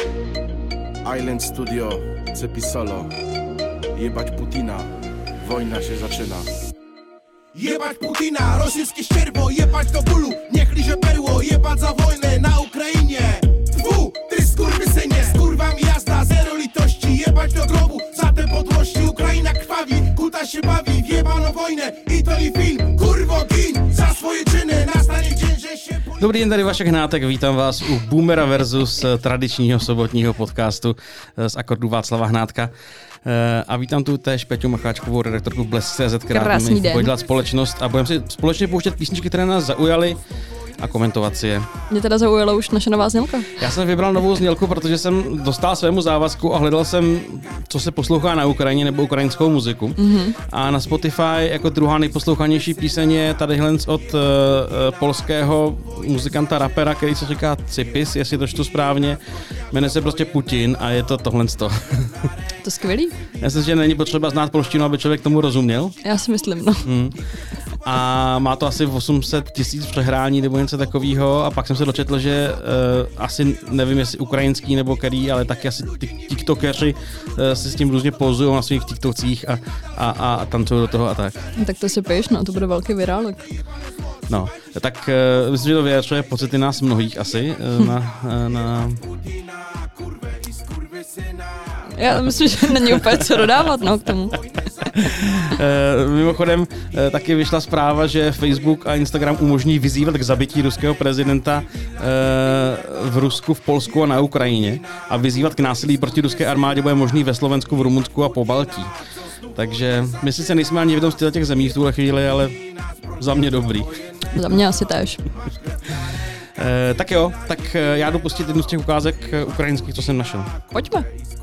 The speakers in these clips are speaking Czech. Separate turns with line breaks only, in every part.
Island Studio, Cepi Solo. Jebać Putina, wojna się zaczyna.
Jebać Putina, rosyjskie ścierwo, jebać do bólu, niech liże perło, jebać za wojnę na Ukrainie. Tfu, ty skurwysynie, skurwa mi jazda, zero litości, jebać do grobu, za te podłości, Ukraina krwawi, kuta się bawi, wjebano wojnę i to nie film, kurwo gin, za swoje czyny, nastanie dzień, że się...
Dobrý den, tady Vašek Hnátek, vítám vás u Boomera versus tradičního sobotního podcastu z akordů Václava Hnátka. A vítám tu též Peťu Macháčkovou, redaktorku Blesk.cz, která mi bude dělat společnost a budeme si společně pouštět písničky, které nás zaujaly a komentovat si je.
Mě teda zaujala už naše nová znělka.
Já jsem vybral novou znělku, protože jsem dostal svému závazku a hledal jsem, co se poslouchá na Ukrajině nebo ukrajinskou muziku. Mm-hmm. A na Spotify jako druhá nejposlouchanější píseň je tadyhle od polského muzikanta, rapera, který se říká Cypis, jestli to čtu správně. Jmenuje se prostě Putin a je to tohle.
To skvělý.
Já si, že není potřeba znát polštinu, aby člověk tomu rozuměl.
Já si myslím, no.
A má to asi 800 000 přehrání nebo něco takového a pak jsem se dočetl, že asi nevím, jestli ukrajinský nebo který, ale taky asi tiktokeři si s tím různě pozují na svých tiktokcích a tancují do toho a tak.
Tak to si piješ, no, to bude velký virálek.
No, tak myslím, že to vyjadřuje pocity nás mnohých asi na...
Já myslím, že není úplně co dodávat, no, k tomu.
Mimochodem taky vyšla zpráva, že Facebook a Instagram umožní vyzývat k zabití ruského prezidenta v Rusku, v Polsku a na Ukrajině a vyzývat k násilí proti ruské armádě bude možný ve Slovensku, v Rumunsku a Pobaltí. Takže my sice nejsme ani v jednom z těch zemí v tuhle chvíli, ale za mě dobrý.
Za mě asi též.
Tak jo, tak já jdu pustit jednu z těch ukázek ukrajinských, co jsem našel.
Pojďme.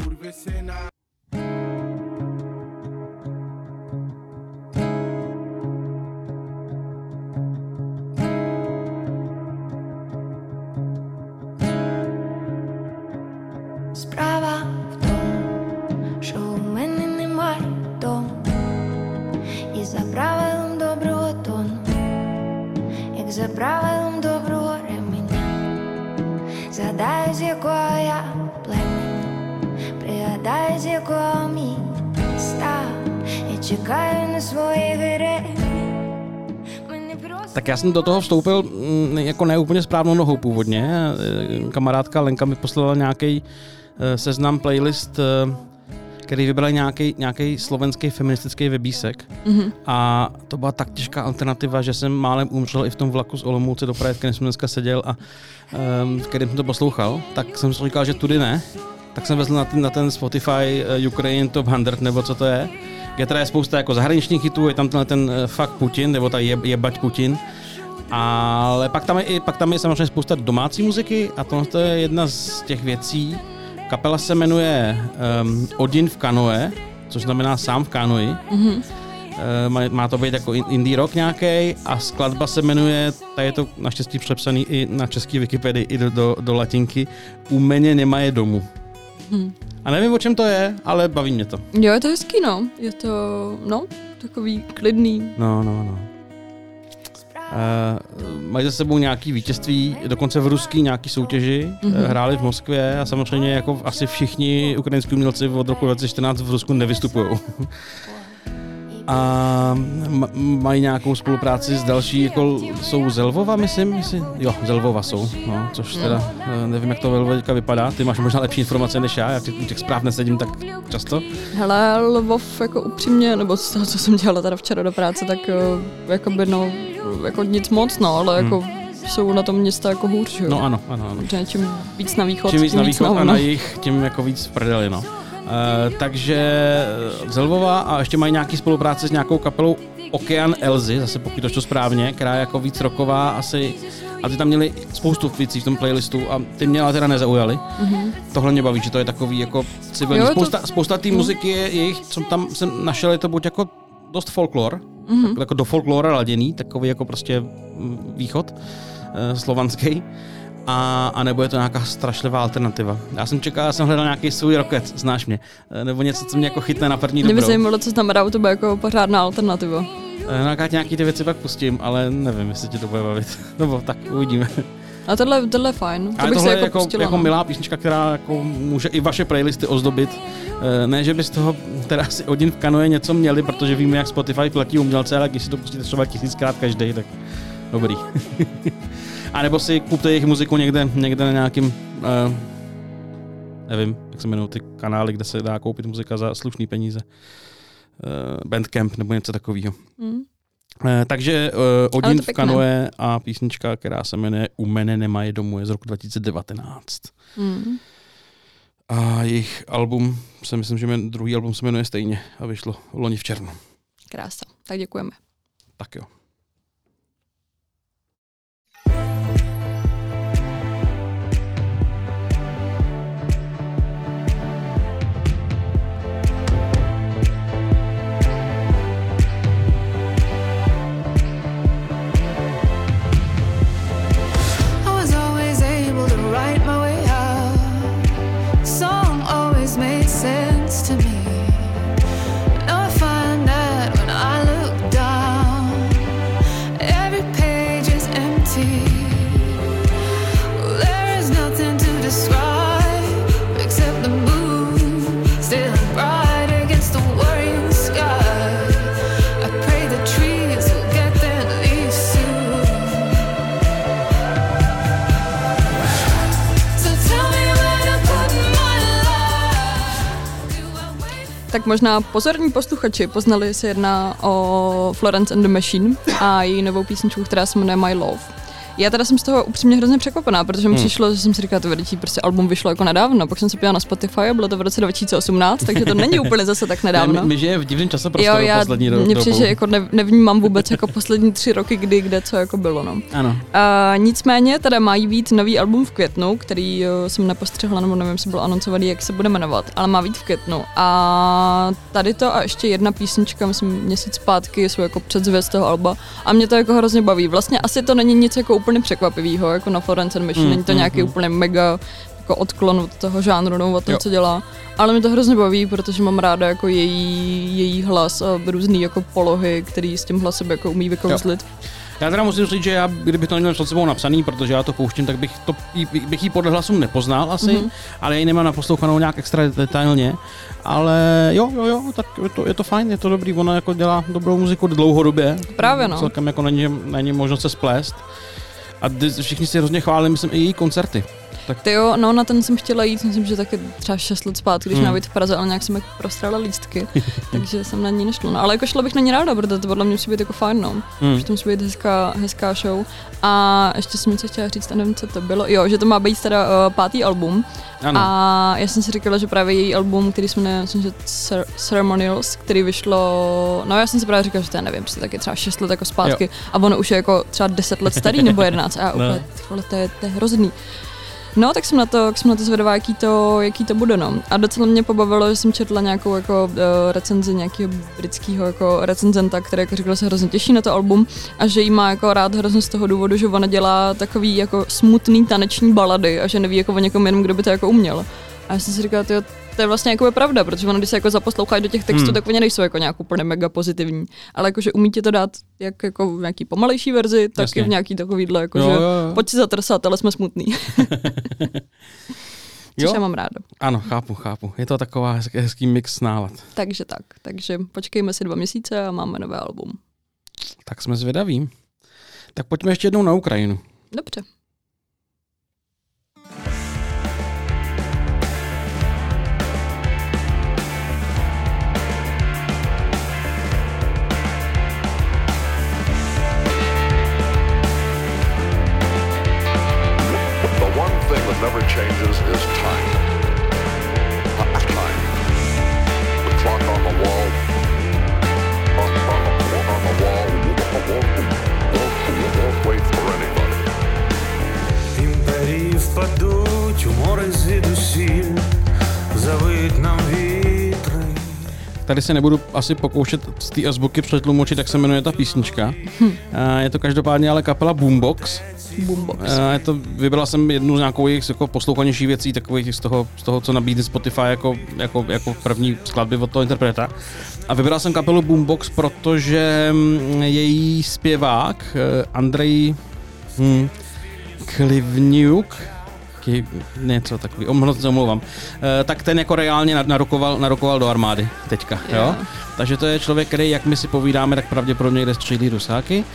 Справа в тому, що у мене немає дому, і за правилом доброго тону, як за правилом доброго ременя, згадаю, з якого я племені, пригадаю, з якого міста, я чекаю на свої героїв.
Tak já jsem do toho vstoupil jako neúplně správnou nohou původně. Kamarádka Lenka mi poslala nějaký seznam playlist, který vybral nějaký slovenský feministický webísek. Mm-hmm. A to byla tak těžká alternativa, že jsem málem umřel i v tom vlaku z Olomouce do Prahy, který jsem dneska seděl a kterým jsem to poslouchal. Tak jsem si říkal, že tudy ne. Tak jsem vezl na ten Spotify Ukraine Top 100, nebo co to je. Je teda spousta jako zahraničních hitů, je tam ten fuck Putin, nebo ta jebať Putin. Ale pak tam je samozřejmě spousta domácí muziky a to je jedna z těch věcí. Kapela se jmenuje Odin v kanoe, což znamená sám v kanoji. Mm-hmm. Má to být jako indie rock nějaký a skladba se jmenuje, tady je to naštěstí přepsaný i na český Wikipedii, i do latinky, U mě nemaje domu. A nevím, o čem to je, ale baví mě to.
Jo, je to hezký, no. Je to, no, takový klidný.
No. Mají za sebou nějaký vítězství, dokonce v ruský nějaký soutěži, hráli v Moskvě a samozřejmě jako asi všichni ukrajinský umělci od roku 2014 v Rusku nevystupují. A mají nějakou spolupráci s další, jako jsou z Lvova, myslím? Jo, z Lvova jsou, no, což teda nevím, jak to ve Lvově vypadá. Ty máš možná lepší informace než já těch zpráv nesedím tak často.
Hele, Lvov jako upřímně, nebo z toho, co jsem dělala teda včera do práce, tak jakoby no, jako nic moc, no, ale jako jsou na tom města jako hůř, jo.
No ano.
Čím víc na východ,
čím víc na východ a
na
jih, tím jako víc v prdeli, no. Takže z Lvova a ještě mají nějaký spolupráci s nějakou kapelou Okean Elzy, zase pokud to správně, která je jako víc rocková asi. A ty tam měli spoustu věcí v tom playlistu a ty mě ale teda nezaujaly. Mm-hmm. Tohle mě baví, že to je takový jako civilní. Spousta té muziky je jejich, co tam jsem našel, je to buď jako dost folklor, jako do folklora laděný, takový jako prostě východ slovanský. A nebo je to nějaká strašlivá alternativa. Já jsem hledal nějaký svůj rocket, znáš mě, nebo něco, co mě jako chytne na první dobrou.
Mě by zajímalo, co znamená, to bude jako pořádná alternativa.
Nějaká ty věci pak pustím, ale nevím, jestli ti to bude bavit. Nebo tak, uvidíme.
A tohle je fajn. To
ale
bych
tohle
se
je
jako pustila.
jako milá písnička, která jako může i vaše playlisty ozdobit. Ne, že by z toho teda si Odin v kanoje něco měli, protože víme, jak Spotify platí umělce, ale když si to pustíte třeba 1000krát každý, tak dobrý. A nebo si kupte jejich muziku někde na nějakým, nevím, jak se jmenují ty kanály, kde se dá koupit muzika za slušný peníze. Bandcamp nebo něco takového. Takže Odin v kanoje a písnička, která se jmenuje U mene nemaje domů, je z roku 2019. A jejich album, myslím, že druhý album se jmenuje stejně a vyšlo loni v červnu.
Krása, tak děkujeme.
Tak jo.
To me, now I find that when I look down, every page is empty. Well, there is nothing to describe except the moon still bright against the worrying sky. I pray the trees will get their leaves soon. So tell me where to put my
Tak možná pozorní posluchači poznali, že se jedná o Florence and the Machine a její novou písničku, která se jmenuje My Love. Já teda jsem z toho upřímně hrozně překvapená, protože mi přišlo, že jsem si říkala, že prostě album vyšlo jako nedávno, pak jsem se podívala na Spotify a bylo to v roce 2018, takže to není úplně zase tak nedávno.
My žijeme v divném čase prostoru poslední dobou.
Mně přijde, že jako nevnímám vůbec jako poslední 3 roky, kde co jako bylo. No.
Ano.
Nicméně teda mají být nový album v květnu, který jsem nepostřehla, nebo nevím, jestli byl anoncovaný, jak se bude jmenovat, ale má být v květnu. A tady to a ještě jedna písnička, myslím měsíc zpátky, jsou jako předzvěst toho alba a mě to jako hrozně baví. Vlastně asi to není nic jako úplně překvapivýho, jako na Florence and Machine, není to nějaký úplně mega jako odklon od toho žánru, nebo od toho, co dělá, ale mě to hrozně baví, protože mám ráda jako její hlas a různý jako polohy, který s tím hlasem jako umí vykouzlit.
Já teda musím říct, že já, kdybych to neměl před sebou napsaný, protože já to pouštím, tak bych jí podle hlasu nepoznal asi, ale já ji nemám naposlouchanou nějak extra detailně, ale jo, tak je to fajn, je to dobrý, ona jako dělá dobrou muziku dlouhodobě.
Právě no.
Celkem jako není možnost se splést. A všichni si hrozně chválili, myslím, i její koncerty. Tak...
Ty jo, no na ten jsem chtěla jít, myslím, že taky třeba 6 let zpátky, když měla být v Praze, ale nějak jsem jako prostrala lístky, takže jsem na ní nešla. No, ale jako šla bych na ní ráda, protože to podle mě musí být jako fajn, no. Že to musí být hezká show. A ještě jsem něco chtěla říct, a nevím, co to bylo. Jo, že to má být teda 5. album. Ano. A já jsem si říkala, že právě její album, který se jmenuje, myslím, že Ceremonials, který vyšlo, no já jsem si právě říkala, že to nevím, že taky třeba 6 let jako zpátky a ono už je jako třeba 10 let starý nebo 11 a úplně, to je hrozný. No, tak jsem na to zvědavá, jaký to bude, no. A docela mě pobavilo, že jsem četla nějakou jako recenzi nějakého britského jako recenzenta, který jako říkal, že se hrozně těší na to album a že jí má jako rád hrozně z toho důvodu, že ona dělá takový jako smutný taneční balady a že neví jako o někom jenom, kdo by to jako uměl. A já jsem si říkala, to je vlastně jako pravda, protože ono, když se jako zaposlouchají do těch textů, tak oni nejsou jako nějak úplně mega pozitivní. Ale jakože umí ti to dát jak jako v nějaký pomalejší verzi, tak jasně. I v nějaký takovýhle, jakože pojď si zatrsat, ale jsme smutný. Což já mám ráda.
Ano, chápu. Je to taková hezký mix nálad.
Takže počkejme si 2 měsíce a máme nové album.
Tak jsme zvědaví. Tak pojďme ještě jednou na Ukrajinu.
Dobře.
Never changes is time. Time. The clock on the wall. On the wall. Won't wait for anybody.
Імперії впадуть у море звідусіль, завиють нам вітри.
Tady se nebudu asi pokoušet z té azbuky přetlumočit, jak se jmenuje ta písnička. Je to každopádně ale kapela Boombox. Vybral jsem jednu z nějakou jejich jako poslouchanějších věcí, takových z toho, co nabídne Spotify jako první skladby od toho interpreta. A vybral jsem kapelu Boombox, protože její zpěvák Andrej Klivniuk, něco takový, moc se omlouvám, tak ten jako reálně narukoval do armády teďka, jo? Takže to je člověk, který, jak my si povídáme, tak pravděpodobně jde střílí Rusáky.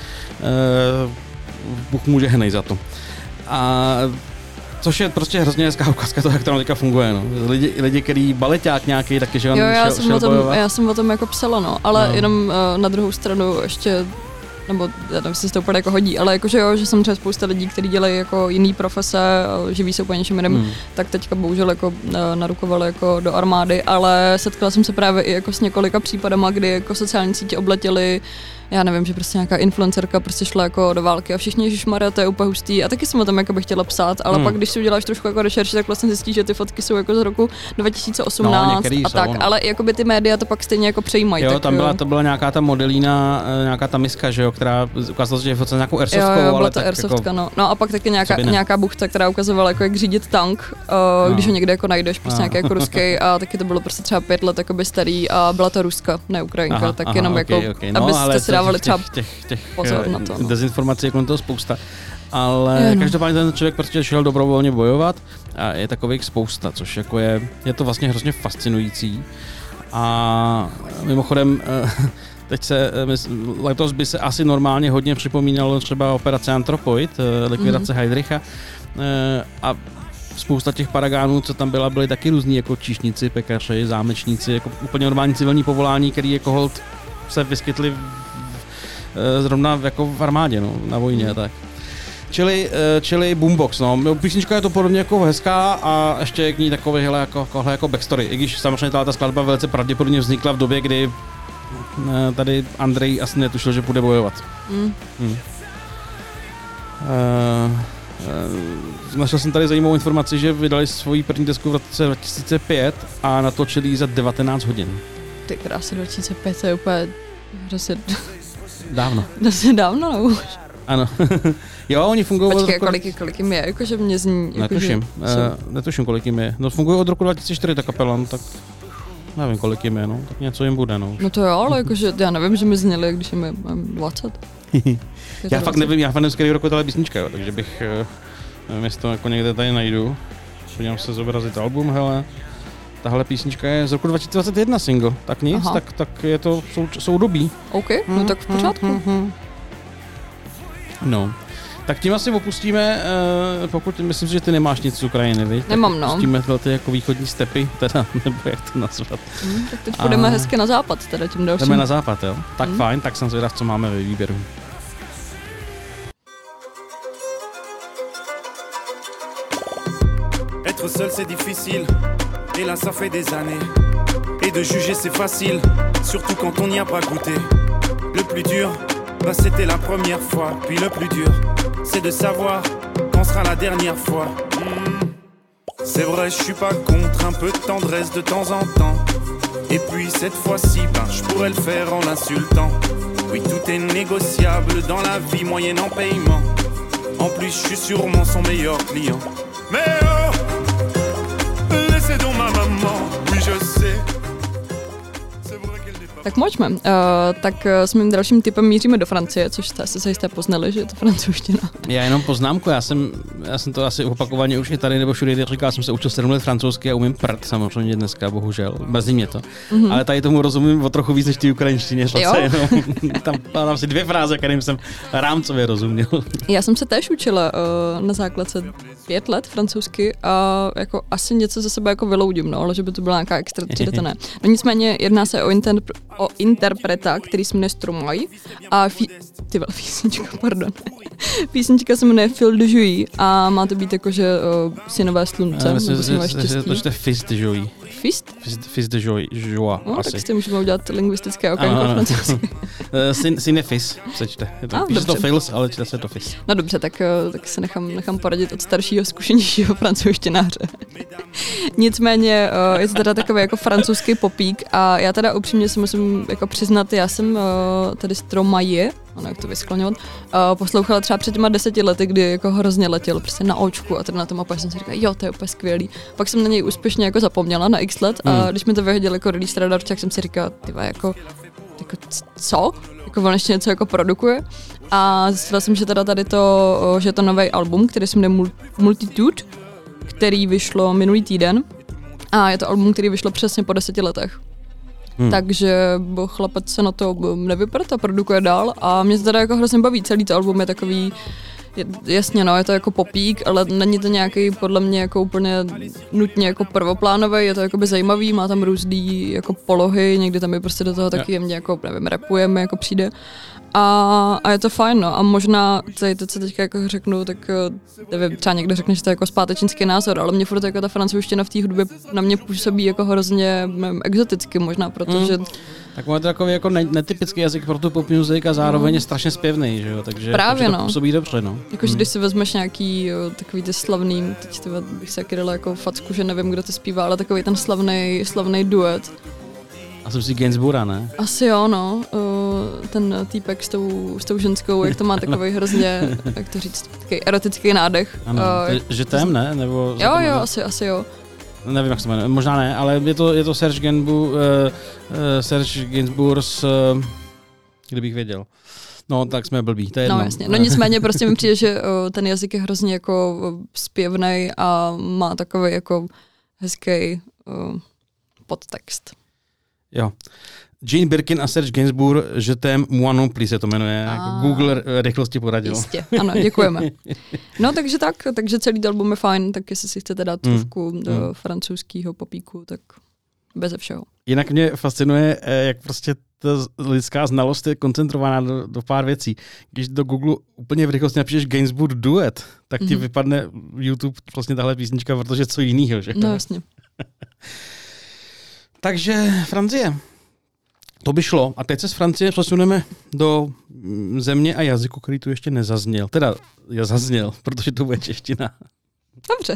Bůh mu žehnej za to. A což je prostě hrozně hezká ukázka toho, jak to teďka funguje, no. Lidi, který baleťák nějaký taky, že on šel bojovat.
Já jsem o tom jako psala, no, ale jenom na druhou stranu ještě, nebo já nevím, jestli se to úplně jako hodí, ale jakože jo, že jsem třeba spousta lidí, kteří dělají jako jiný profese, živí se úplně něčím jiným, tak teďka bohužel jako narukovali jako do armády, ale setkala jsem se právě i jako s několika případama, kdy jako sociální sítě obletěly, já nevím, že prostě nějaká influencerka prostě šla jako do války a všichni, ježišmarja, to je úplně hustý. A taky jsem o tom jako bych chtěla psát, ale pak když si uděláš trošku jako rešerši, tak vlastně zjistíš, že ty fotky jsou jako z roku 2018 a tak, ale jakoby ty média to pak stejně jako přejímají.
Jo, to byla nějaká ta modelína, nějaká ta miska, že jo, která ukázala, že je fotce nějakou airsoftou,
jo,
ale
ta
tak
airsoftka,
jako,
no a pak taky nějaká buchta, která ukazovala jako jak řídit tank, když ho někde jako najdeš, prostě nějaký jako ruský, a taky to bylo prostě třeba 5 let jakoby starý a byla to Ruska, ne Ukrajinka, tak jenom jako abyste si dávali třeba pozor na to.
Dezinformací je kolem toho spousta. Ale každopádně ten člověk prostě šel dobrovolně bojovat a je takových spousta, což jako je to vlastně hrozně fascinující. A mimochodem, letos by se asi normálně hodně připomínalo třeba operace Anthropoid, likvidace Heydricha, a spousta těch paragánů, co tam byly taky různí, jako číšníci, pekaři, zámečníci, jako úplně normální civilní povolání, který jako hold se vyskytly zrovna jako v armádě, no, na vojně, tak. Čili Boombox, no. Písnička je to podobně jako hezká a ještě je k ní takovéhle jako backstory. I když samozřejmě ta skladba velice pravděpodobně vznikla v době, kdy tady Andrej asi netušil, že půjde bojovat. Našel jsem tady zajímavou informaci, že vydali svoji první desku v roce 2005 a natočili ji za 19 hodin.
Ty krásy, 2005, to je úplně
dávno.
Dávno, no už.
Ano. Jo, oni fungují...
Počkej, kolik jim je, jakože mě zní...
Netuším, kolik jim je. No fungují od roku 2004 ta kapela, tak nevím, kolik jim je, no. Tak něco jim bude, no.
No to jo, ale jakože já nevím, že mi zněli, když jim je 20.
Já fakt nevím, z kterého roku je tahle písnička, jo, takže bych... Nevím, jestli to jako někde tady najdu. Podívám se zobrazit album, hele. Tahle písnička je z roku 2021 single, tak nic, tak je to soudobí.
OK, no tak v pořádku.
No, tak tím asi opustíme, pokud myslím si, že ty nemáš nic z Ukrajiny, viď?
Nemám, no.
Opustíme ty jako východní stepy, teda, nebo jak to nazvat.
Tak teď půjdeme hezky na západ, teda tím dalším.
Jdeme na západ, jo? Tak fajn, tak jsem zvědav, co máme ve výběru.
Être seul c'est difficile, et là ça fait des années. Et de juger c'est facile, surtout quand on n'y a pas goûté. Le plus dur, bah c'était la première fois. Puis le plus dur, c'est de savoir quand sera la dernière fois. C'est vrai, je suis pas contre un peu de tendresse de temps en temps. Et puis cette fois-ci, ben je pourrais le faire en l'insultant. Oui, tout est négociable dans la vie moyennant paiement. En plus, je suis sûrement son meilleur client. Mais oh, laissez donc ma maman, oui je sais.
Tak močme. Tak s mým dalším tipem míříme do Francie, což jste asi zajisté poznali, že je to francouzština. Já
jenom poznámku, já jsem to asi opakovaně už i tady nebo všude říkal, jsem se učil 7 let francouzsky a umím prd samozřejmě dneska, bohužel, mrzí mě to. Ale tady tomu rozumím o trochu víc než ty ukrajinštině. Tam mám si 2 fráze, kterým jsem rámcově rozuměl. Já
jsem se též učila na základce 5 let francouzsky a jako asi něco ze sebe jako vyloudím, no, ale že by to byla nějaká extra třída, to ne. No nicméně jedná se o interpreta, který se jmenuje Stromae a písnička se jmenuje Fil de Joie a má to být jakože synové slunce.
To je Fils de Joie. Fils de Joie, asi.
Tak si můžeme udělat lingvistické okénko francouzsky.
Synefis se čte. Píše to Fils, ale čte se to Fils.
No dobře, tak se nechám poradit od staršího, zkušenějšího francouzštináře. Nicméně je to teda takový jako francouzský popík a já teda upřímně si musím jako přiznat, já jsem tady Stromae, jak to vyskloňovat, poslouchala třeba před těma 10 lety, kdy jako hrozně letěl prostě na očku a teda na tom opět jsem si říkala, jo, to je úplně skvělý. Pak jsem na něj úspěšně jako zapomněla na x let a když mi to vyhodil jako release radar, tak jsem si říkala, tyva, jako co? Jako on ještě něco jako produkuje. A zjistila jsem, že teda tady že je to nový album, který se jmenuje Multitude, který vyšlo minulý týden. A je to album, který vyšlo přesně po 10 letech. Takže chlapec se na to nevyprt a produkuje dál a mě to teda jako hrozně baví. Celý to album je takový, jasně no, je to jako popík, ale není to nějaký podle mě jako úplně nutně jako prvoplánový, je to jakoby zajímavý, má tam různý jako polohy, někdy tam je prostě do toho taky jemně jako, nevím, rapujeme, jako přijde. A je to fajn, no. A možná, teď se teďka jako řeknu, tak nevím, třeba někdo řekne, že to je jako zpátečnický názor, ale mě furt jako ta francouzština v té hudbě na mě působí jako hrozně exoticky možná, protože...
Tak je to takový jako netypický jazyk pro tu pop music a zároveň je strašně zpěvnej, že jo, takže
právě,
to působí dobře, no.
Jakože když si vezmeš nějaký takový ty slavný, teď bych se dala jako facku, že nevím, kdo to zpívá, ale takový ten slavnej duet.
A jsem si Gainsboura, ne?
Asi jo, no. Ten týpek s tou ženskou, jak to má takový hrozně, jak to říct, takový erotický nádech.
Ano, že tém, ne? Nebo
jo, asi jo.
Nevím, jak se jmenuje, možná ne, ale je to Serge Gainsbourg kdybych věděl. No, tak jsme blbí, to je jedno.
No jasně, no nicméně prostě mi přijde, že ten jazyk je hrozně jako zpěvnej a má takový jako hezký podtext.
Jo. Jane Birkin a Serge Gainsbourg, Je t'aime moi non plus se to jmenuje. Jako Google rychlosti poradil.
Jistě, ano, děkujeme. No takže celý album je fajn, tak jestli si chcete dát trošku do francouzského popíku, tak beze všeho.
Jinak mě fascinuje, jak prostě ta lidská znalost je koncentrovaná do pár věcí. Když do Google úplně v rychlosti napíšeš Gainsbourg duet, tak ti vypadne YouTube vlastně tahle písnička, protože co jinýho, že?
No jasně.
Takže Francie. To by šlo. A teď se z Francie přesuneme do země a jazyku, který tu ještě nezazněl. Teda zazněl, protože to bude čeština.
Dobře.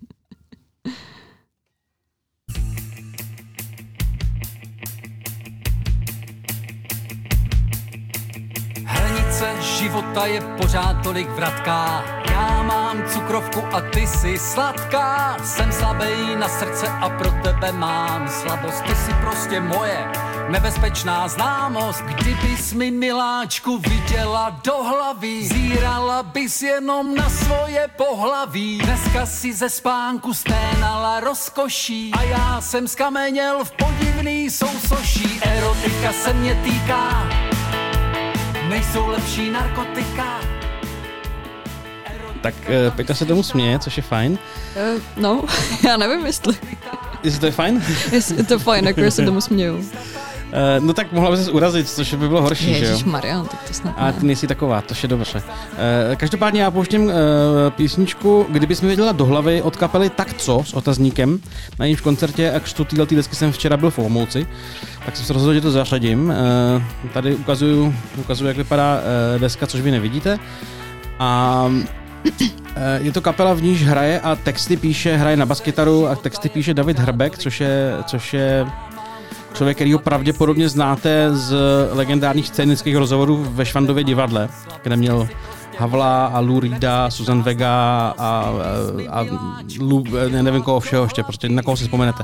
Hranice života je pořád tolik vratká. Já mám cukrovku a ty jsi sladká. Jsem slabý na srdce a pro tebe mám slabost. Ty jsi prostě moje nebezpečná známost. Kdybys mi, miláčku, viděla do hlavy, zírala bys jenom na svoje pohlaví. Dneska si ze spánku sténala rozkoší a já jsem skameněl v podivný sousoší. Erotika se mě týká, nejsou lepší narkotika.
Tak Peťa se tomu směje, což je fajn.
No, já nevím, jestli
to je fajn?
Je to fajn, jako se tomu směju.
No tak mohla by se urazit, což by bylo horší, že jo?
Ježišmarja, tak to snad ne.
A ty nejsi taková, to je dobře. Každopádně já pouštím písničku Kdybys mi věděla do hlavy od kapely Tak co s otazníkem. Na jejímž koncertě a křtu této desky jsem včera byl v Olomouci, tak jsem se rozhodl, že to zařadím. Tady ukazuju, jak vypadá deska, což vy nevidíte. A je to kapela, v níž hraje a texty hraje na baskytaru a texty píše David Hrbek, což je člověk, kterýho pravděpodobně znáte z legendárních scénických rozhovorů ve Švandově divadle, kde měl Havla a Lou Reeda, Susan Vega a nevím koho všeho ještě, prostě na koho si vzpomenete.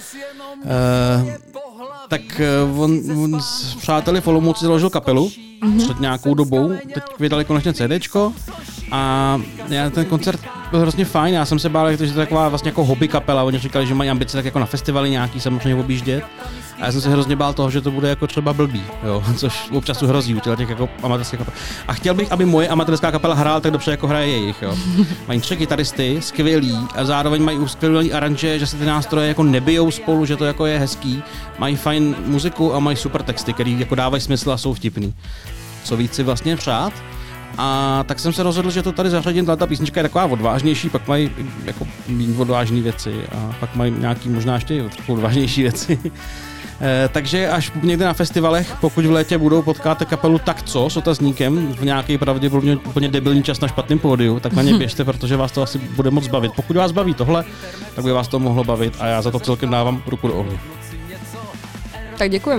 Tak on s přáteli v Olomouci založil kapelu před nějakou dobou, teď vydali konečně CDčko a ten koncert byl hrozně fajn, já jsem se bál, že to je taková vlastně jako hobby kapela, oni říkali, že mají ambice tak jako na festivaly nějaký samozřejmě objíždět a já jsem se hrozně bál toho, že to bude jako třeba blbý, jo, což občas tu hrozí u těch jako amatérských kapel. A chtěl bych, aby moje amatérská kapela hrála tak dobře, jako hraje jejich, jo. Mají 3 kytaristy, skvělí a zároveň mají skvělý aranže, že se ty nástroje jako nebijou spolu, že to jako je hezký, mají fajn muziku a mají super texty, který jako dávají smysl a jsou vtipný. Co víc si vlastně přát? A tak jsem se rozhodl, že to tady zařadím, ta písnička je taková odvážnější, pak mají jako méně odvážné věci a pak mají nějaký možná ještě odvážnější věci. Takže až někde na festivalech, pokud v létě budou potkáte kapelu Tak co s otazníkem v nějaký pravděpodobně úplně debilní čas na špatném pódiu, tak na ně běžte, protože vás to asi bude moc bavit. Pokud vás baví tohle, tak by vás to mohlo bavit a já za to celkem dávám ruku do ohně.
Tak děkujeme.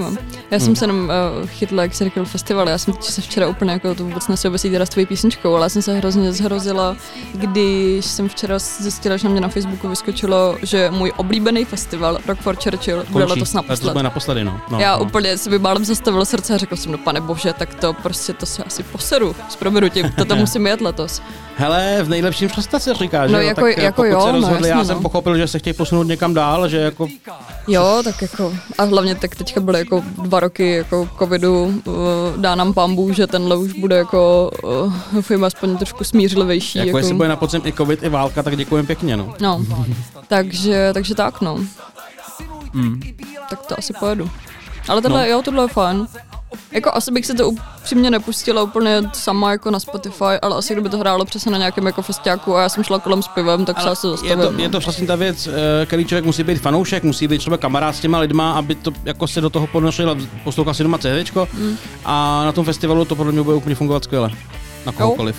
Já jsem se jenom chytla, jak jsi říkal, festival. Já jsem se včera úplně jako to vůbec nesouvisí teda s tvojí písničkou, ale já jsem se hrozně zhrozila, když jsem včera zjistila, že na mě na Facebooku vyskočilo, že můj oblíbený festival Rock for Churchill bude letos naposled.
To bude naposledy, no.
Já úplně si by málem zastavila srdce a řekl jsem, no pane bože, tak to prostě to se asi poseru s prominutím, to musím jet letos.
Hele, v nejlepším čase se říká, že
no,
jo?
jako,
tak
jako
pokud
jo,
se rozhodli,
no,
já jsem pochopil, že se chtějí posunout někam dál, že jako...
Jo, tak jako, a hlavně tak teďka byly jako 2 roky jako covidu, dá nám pán Bůh, že tenhle už bude jako, doufám, aspoň trošku smířlivější.
Jako jestli bude na podzim i covid, i válka, tak děkujem pěkně, no.
No, takže tak, no. Tak to asi pojedu. Ale tohle je fajn. Jako asi bych se to upřímně nepustila úplně sama jako na Spotify, ale asi kdyby to hrálo přesně na nějakém jako festiáku a já jsem šla kolem s pivem, tak se asi zastavím.
Je to přesně ta věc, který člověk musí být fanoušek, musí být třeba kamarád s těma lidma, aby to jako se do toho ponořil a poslouchal si doma CDčko a na tom festivalu to podle mě bude úplně fungovat skvěle. Na kohokoliv.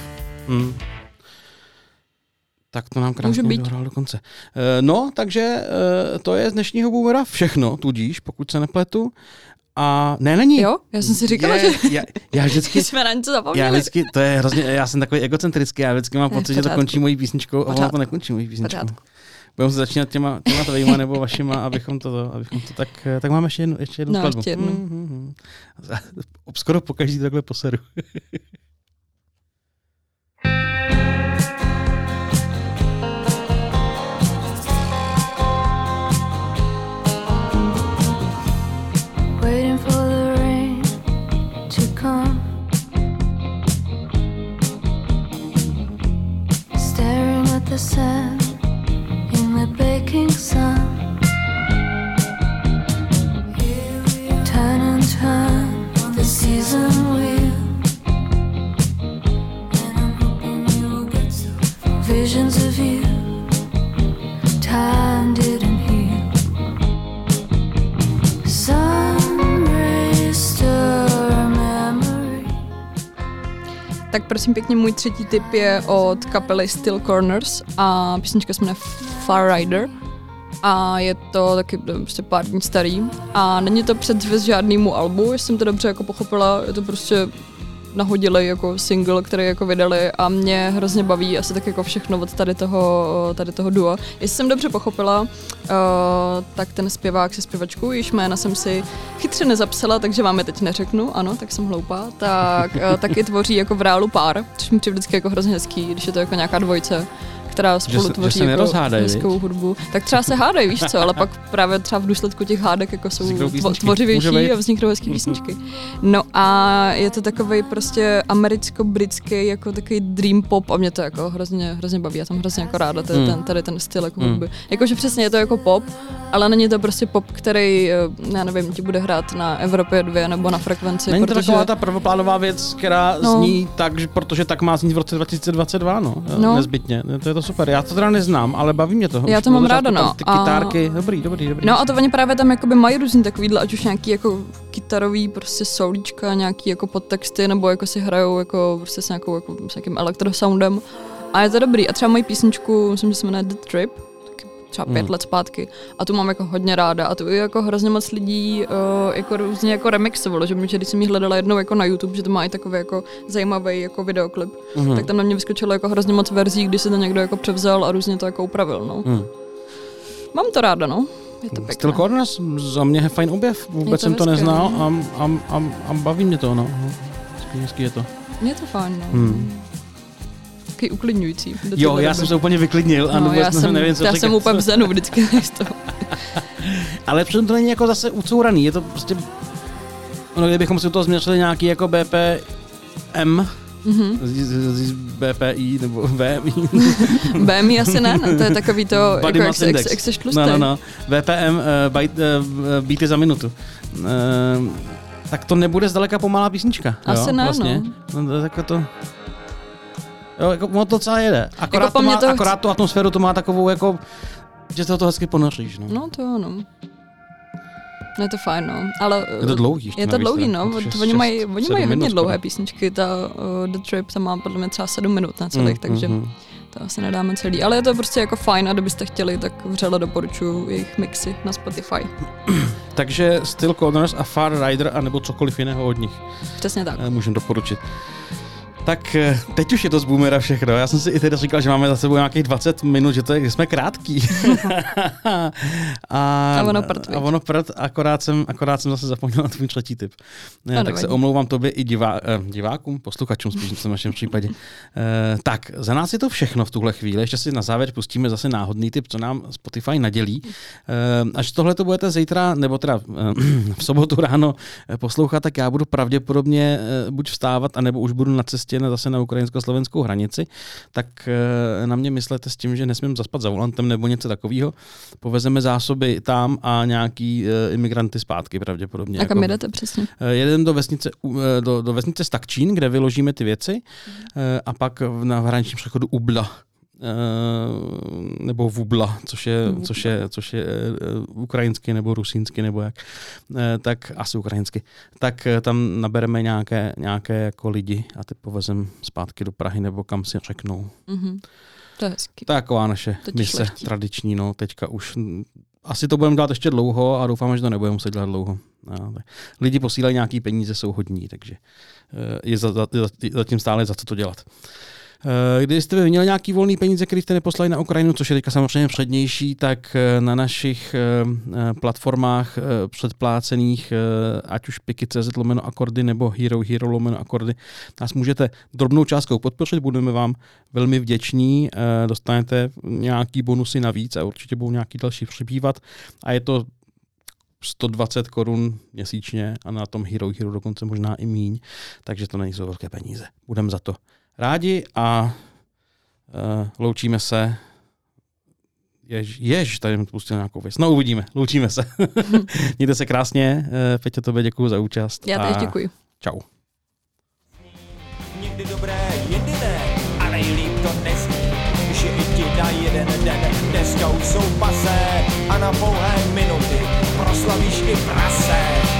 Tak to nám krásně dohrál do konce. No, takže to je z dnešního boomera všechno, tudíž, pokud se nepletu. A není.
Jo, já jsem si říkala, že
já vždycky
jsme na něco zapomněli.
To je hrozně, já jsem takový egocentrický, já vždycky mám pocit, že to končí mojí písničkou a ono to nekončí mojí písničkou. Budeme se začínat těma tvojima nebo vašima, abychom to tak máme ještě jednu skladbu.
Ještě jednu.
Skoro pokaždý takhle poseru.
Waiting for the rain to come, staring at the sand in the baking sun. Turn and turn the season wheel, and I'm hoping you will get some visions of you. Time didn't heal.
Tak prosím pěkně, můj třetí tip je od kapely Still Corners a písnička se jmenuje Far Rider a je to taky prostě pár dní starý a není to předzvěst žádnému albu, jestli jsem to dobře jako pochopila, je to prostě nahodili jako single, který jako vydali a mě hrozně baví asi tak jako všechno od tady toho dua. Jestli jsem dobře pochopila, tak ten zpěvák se zpěvačkou, jejíž jména jsem si chytře nezapsala, takže vám je teď neřeknu, ano, tak jsem hloupá, tak taky tvoří jako v reálu pár, což mi přijde vždycky jako hrozně hezký, když je to jako nějaká dvojice, která spolu tvoří jako hezkou hudbu. Tak třeba se hádají, víš co, ale pak právě třeba v důsledku těch hádek jako jsou tvořivější a vzniknou hezký písničky. No a je to takovej prostě americko-britský jako takový dream pop a mě to jako hrozně baví, já jsem hrozně jako ráda tady ten styl jako hudby. Jakože přesně je to jako pop, ale není to prostě pop, který, já nevím, ti bude hrát na Evropě 2 nebo na Frekvenci.
Není to taková ta prvoplánová věc, která zní tak, protože tak má znít v roce 2022, nezbytně. To je to super. Já to teda neznám, ale baví mě to.
Já to mám ráda, no.
Ty kytárky, dobrý.
No a to oni právě tam jakoby mají různý takovýhle, ať už nějaký jako kytarový prostě soulíčka, nějaký jako podtexty, nebo jako si hrajou jako prostě s nějakým elektrosoundem. A je to dobrý. A třeba moji písničku, myslím, že se jmenuje The Trip, třeba 5 let zpátky. A tu mám jako hodně ráda. A tu jako hrozně moc lidí jako různě jako remixovalo, že když jsem ji hledala jednou jako na YouTube, že to má i takový jako zajímavý jako videoklip, tak tam na mě vyskočilo jako hrozně moc verzí, když se to někdo jako převzal a různě to jako upravil, no. Mám to ráda, no. Je to pěkné.
Still Corners, za mě fajn objev, vůbec jsem to neznal a baví mě to, no. Hezký je to.
Je to fajn, no. Taky uklidňující.
Jo, já jsem se úplně vyklidnil a nevím, co
já jsem úplně v zenu vždycky.
Ale přitom to není jako zase ucouraný, je to prostě, kdybychom si u toho změřili nějaký jako BPM, z BPI nebo VMI.
BMI asi ne, no, to je takový to, jako jak seš tlustý.
No. BPM, beaty za minutu. Tak to nebude zdaleka pomalá písnička.
Asi ne,
vlastně. No. Jako to... Jo, jako ono to celé jede. Akorát tu atmosféru to má takovou jako, že se to hezky ponoříš, no.
No to jo, no. No je to fajn, no. Ale
je to dlouhý.
Je to dlouhý, no. Oni mají hodně dlouhé písničky. Ta The Trip, ta má podle mě třeba 7 minut na celých, takže to asi nedáme celý. Ale je to prostě jako fajn a kdybyste chtěli, tak vřele doporučuji jejich mixy na Spotify.
Takže Still Corners a Far Rider, anebo cokoliv jiného od nich.
Přesně tak.
Můžeme doporučit. Tak teď už je to z Boomera všechno. Já jsem si i teda říkal, že máme za sebou nějakých 20 minut, že jsme krátký. a ono prd, akorát jsem zase zapomněl na tvůj třetí tip. Tak se omlouvám tobě i divákům, posluchačům spíš v našem případě. Tak, za nás je to všechno v tuhle chvíli. Ještě si na závěr pustíme zase náhodný tip, co nám Spotify nadělí. Až tohle to budete zítra, nebo teda v sobotu ráno poslouchat, tak já budu pravděpodobně buď vstávat, anebo už budu na cestě zase na ukrajinsko-slovenskou hranici, tak na mě myslete s tím, že nesmím zaspat za volantem nebo něco takového. Povezeme zásoby tam a nějaký imigranty zpátky pravděpodobně.
A kam jedete přesně?
Jedem do vesnice Stakčín, kde vyložíme ty věci a pak na hraničním přechodu Ubla. Nebo Vubla, což je ukrajinsky nebo rusínsky nebo jak, tak asi ukrajinsky. Tak tam nabereme nějaké jako lidi a ty povezem zpátky do Prahy nebo kam si řeknou.
Mm-hmm. To je hezky.
To je taková naše mise tradiční, no, teďka už asi to budeme dělat ještě dlouho a doufám, že to nebudeme muset dělat dlouho. Lidi posílají nějaký peníze, jsou hodní, takže je zatím stále za co to dělat. Když jste měli nějaký volný peníze, který jste neposlali na Ukrajinu, což je teďka samozřejmě přednější, tak na našich platformách předplácených, ať už Piky.cz/akordy nebo Hero/akordy, nás můžete drobnou částkou podpořit, budeme vám velmi vděční, dostanete nějaký bonusy navíc a určitě budou nějaký další přibývat a je to 120 korun měsíčně a na tom Hero dokonce možná i míň, takže to nejsou velké peníze. Budeme za to rádi a loučíme se. Tady mi pustil nějakou věc. No uvidíme, loučíme se. Mějte se krásně. Peťo, tobě děkuju za účast.
Já teď děkuji.
Čau.
Někdy dobré, jindy ne, a nejlíp to nezní, že i ti na jeden den dneska už jsou pasé a na pouhé minuty proslavíš i prase.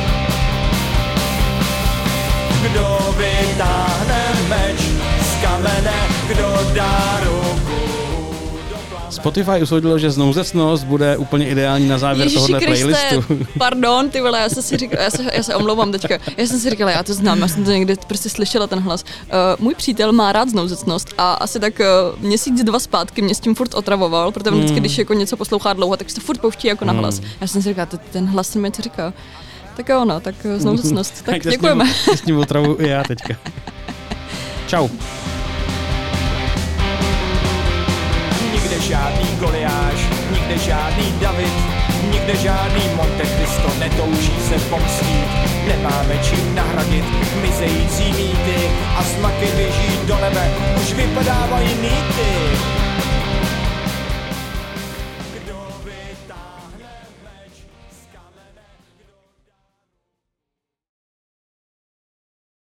Kdo vytáhne meč z kamene, kdo dá ruku.
Spotify usoudilo, že znouzecnost bude úplně ideální na závěr tohohle playlistu.
Pardon, ty vole, já jsem si říkala, já se omlouvám teďka. Já jsem si říkala, já to znám, já jsem to někde prostě slyšela ten hlas. Můj přítel má rád znouzecnost a asi tak měsíc, 2 zpátky mě s tím furt otravoval, protože vždycky, když jako něco poslouchá dlouho, tak se furt pouští jako na hlas. Já jsem si říkala, ten hlas mi něco říká. Tak jo, no, tak znouzecnost. Tak děkujeme.
S ním otravu i já teďka. Čau.
Nikde žádný Goliáš, nikde žádný David, nikde žádný Monte Cristo netouží se pomstít. Nemáme čím nahradit mizející mýty a zmaky běží do nebe, už vypadávají nýty.